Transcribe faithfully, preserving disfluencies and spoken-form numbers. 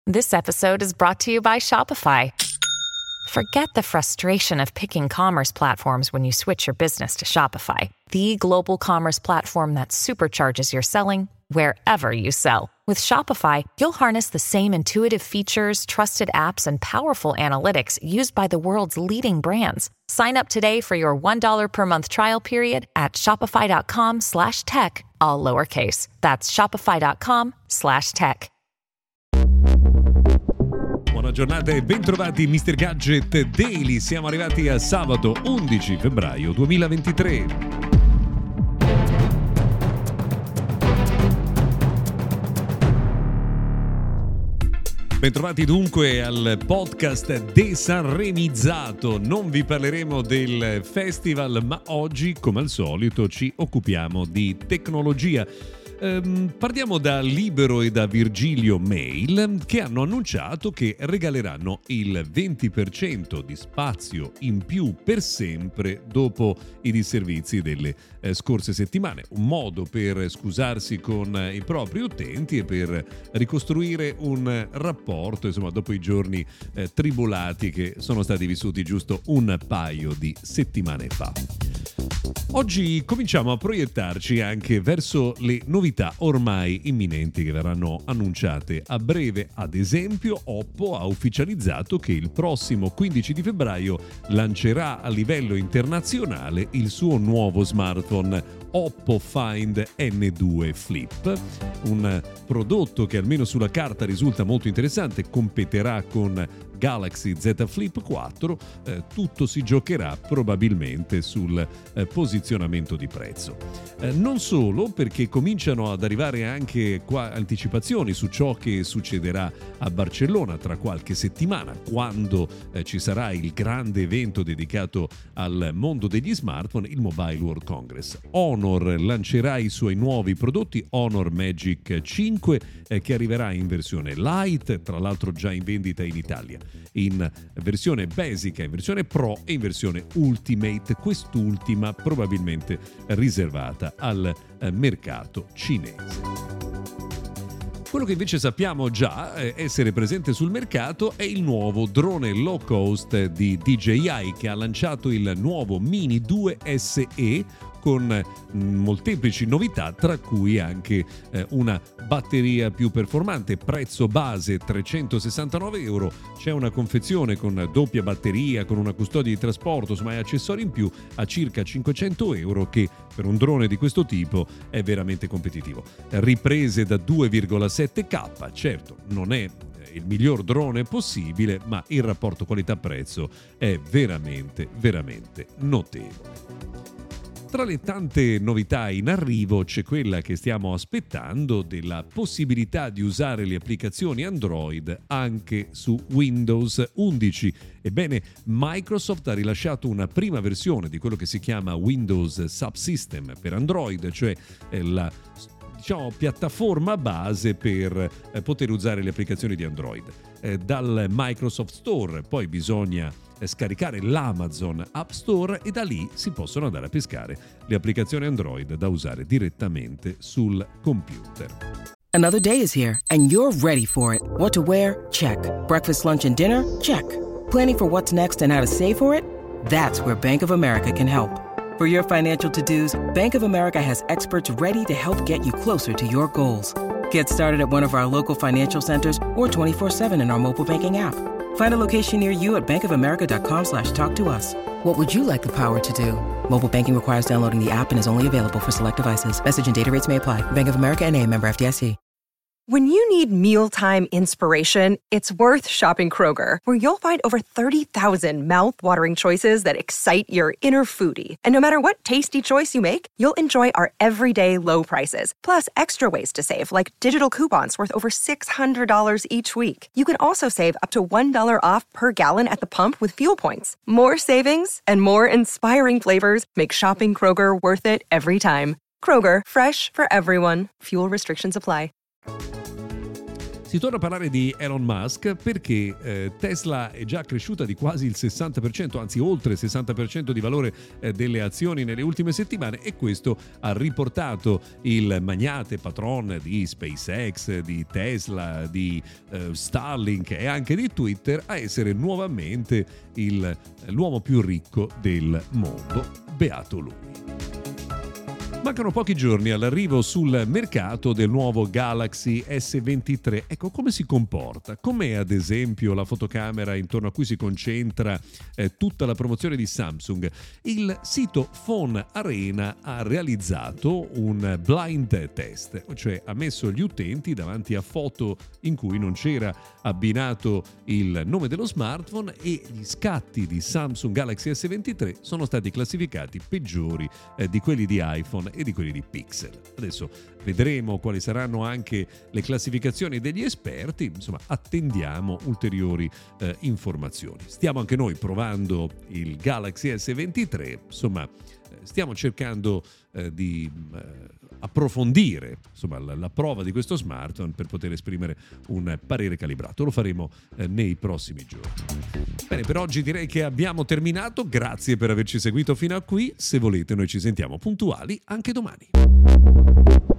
This episode is brought to you by Shopify. Forget the frustration of picking commerce platforms when you switch your business to Shopify, the global commerce platform that supercharges your selling wherever you sell. With Shopify, you'll harness the same intuitive features, trusted apps, and powerful analytics used by the world's leading brands. Sign up today for your one dollar per month trial period at shopify.com slash tech, all lowercase. That's shopify.com slash tech. Buona giornata e bentrovati mister Gadget Daily. Siamo arrivati a sabato undici febbraio duemilaventitré. Bentrovati dunque al podcast desanremizzato. Non vi parleremo del festival, ma oggi, come al solito, ci occupiamo di tecnologia. Ehm, partiamo da Libero e da Virgilio Mail, che hanno annunciato che regaleranno il venti per cento di spazio in più per sempre dopo i disservizi delle eh, scorse settimane. Un modo per scusarsi con eh, i propri utenti e per ricostruire un rapporto, insomma, dopo i giorni eh, tribulati che sono stati vissuti giusto un paio di settimane fa. Oggi cominciamo a proiettarci anche verso le novità ormai imminenti che verranno annunciate a breve. Ad esempio, Oppo ha ufficializzato che il prossimo quindici di febbraio lancerà a livello internazionale il suo nuovo smartphone Oppo Find N due Flip, un prodotto che almeno sulla carta risulta molto interessante, competerà con Galaxy Z Flip quattro, eh, tutto si giocherà probabilmente sul eh, posizionamento di prezzo. Eh, non solo, perché cominciano ad arrivare anche qua anticipazioni su ciò che succederà a Barcellona tra qualche settimana, quando eh, ci sarà il grande evento dedicato al mondo degli smartphone, il Mobile World Congress. Honor lancerà i suoi nuovi prodotti, Honor Magic cinque, eh, che arriverà in versione Lite, tra l'altro già in vendita in Italia, in versione basic, in versione pro e in versione ultimate, quest'ultima probabilmente riservata al eh, mercato cinese. Quello che invece sappiamo già eh, essere presente sul mercato è il nuovo drone low cost di D J I, che ha lanciato il nuovo Mini due S E con molteplici novità, tra cui anche eh, una batteria più performante. Prezzo base trecentosessantanove euro, c'è una confezione con doppia batteria, con una custodia di trasporto, insomma, e accessori in più a circa cinquecento euro, che per un drone di questo tipo è veramente competitivo. Riprese da due virgola sette K, certo non è il miglior drone possibile, ma il rapporto qualità-prezzo è veramente, veramente notevole. Tra le tante novità in arrivo c'è quella che stiamo aspettando della possibilità di usare le applicazioni Android anche su Windows undici. Ebbene, Microsoft ha rilasciato una prima versione di quello che si chiama Windows Subsystem per Android, cioè la diciamo piattaforma base per eh, poter usare le applicazioni di Android eh, dal Microsoft Store. Poi bisogna eh, scaricare l'Amazon App Store e da lì si possono andare a pescare le applicazioni Android da usare direttamente sul computer. Another day is here and you're ready for it. What to wear? Check. Breakfast, lunch and dinner? Check. Planning for what's next and how to save for it? That's where Bank of America can help. For your financial to-dos, Bank of America has experts ready to help get you closer to your goals. Get started at one of our local financial centers or twenty-four seven in our mobile banking app. Find a location near you at bankofamerica.com slash talk to us. What would you like the power to do? Mobile banking requires downloading the app and is only available for select devices. Message and data rates may apply. Bank of America N A, member F D I C. When you need mealtime inspiration, it's worth shopping Kroger, where you'll find over thirty thousand mouth-watering choices that excite your inner foodie. And no matter what tasty choice you make, you'll enjoy our everyday low prices, plus extra ways to save, like digital coupons worth over six hundred dollars each week. You can also save up to one dollar off per gallon at the pump with fuel points. More savings and more inspiring flavors make shopping Kroger worth it every time. Kroger, fresh for everyone. Fuel restrictions apply. Si torna a parlare di Elon Musk perché eh, Tesla è già cresciuta di quasi il sessanta per cento, anzi oltre il sessanta per cento di valore eh, delle azioni nelle ultime settimane, e questo ha riportato il magnate patron di SpaceX, di Tesla, di eh, Starlink e anche di Twitter a essere nuovamente il, l'uomo più ricco del mondo. Beato lui. Mancano pochi giorni all'arrivo sul mercato del nuovo Galaxy S ventitré. Ecco, come si comporta? Com'è ad esempio la fotocamera intorno a cui si concentra eh, tutta la promozione di Samsung? Il sito Phone Arena ha realizzato un blind test, cioè ha messo gli utenti davanti a foto in cui non c'era abbinato il nome dello smartphone e gli scatti di Samsung Galaxy S ventitré sono stati classificati peggiori eh, di quelli di iPhone e di quelli di Pixel. Adesso vedremo quali saranno anche le classificazioni degli esperti, insomma attendiamo ulteriori eh, informazioni. Stiamo anche noi provando il Galaxy S ventitré, insomma eh, stiamo cercando eh, di eh, approfondire insomma la, la prova di questo smartphone per poter esprimere un parere calibrato. Lo faremo eh, nei prossimi giorni. Bene, per oggi direi che abbiamo terminato. Grazie per averci seguito fino a qui. Se volete noi ci sentiamo puntuali anche domani.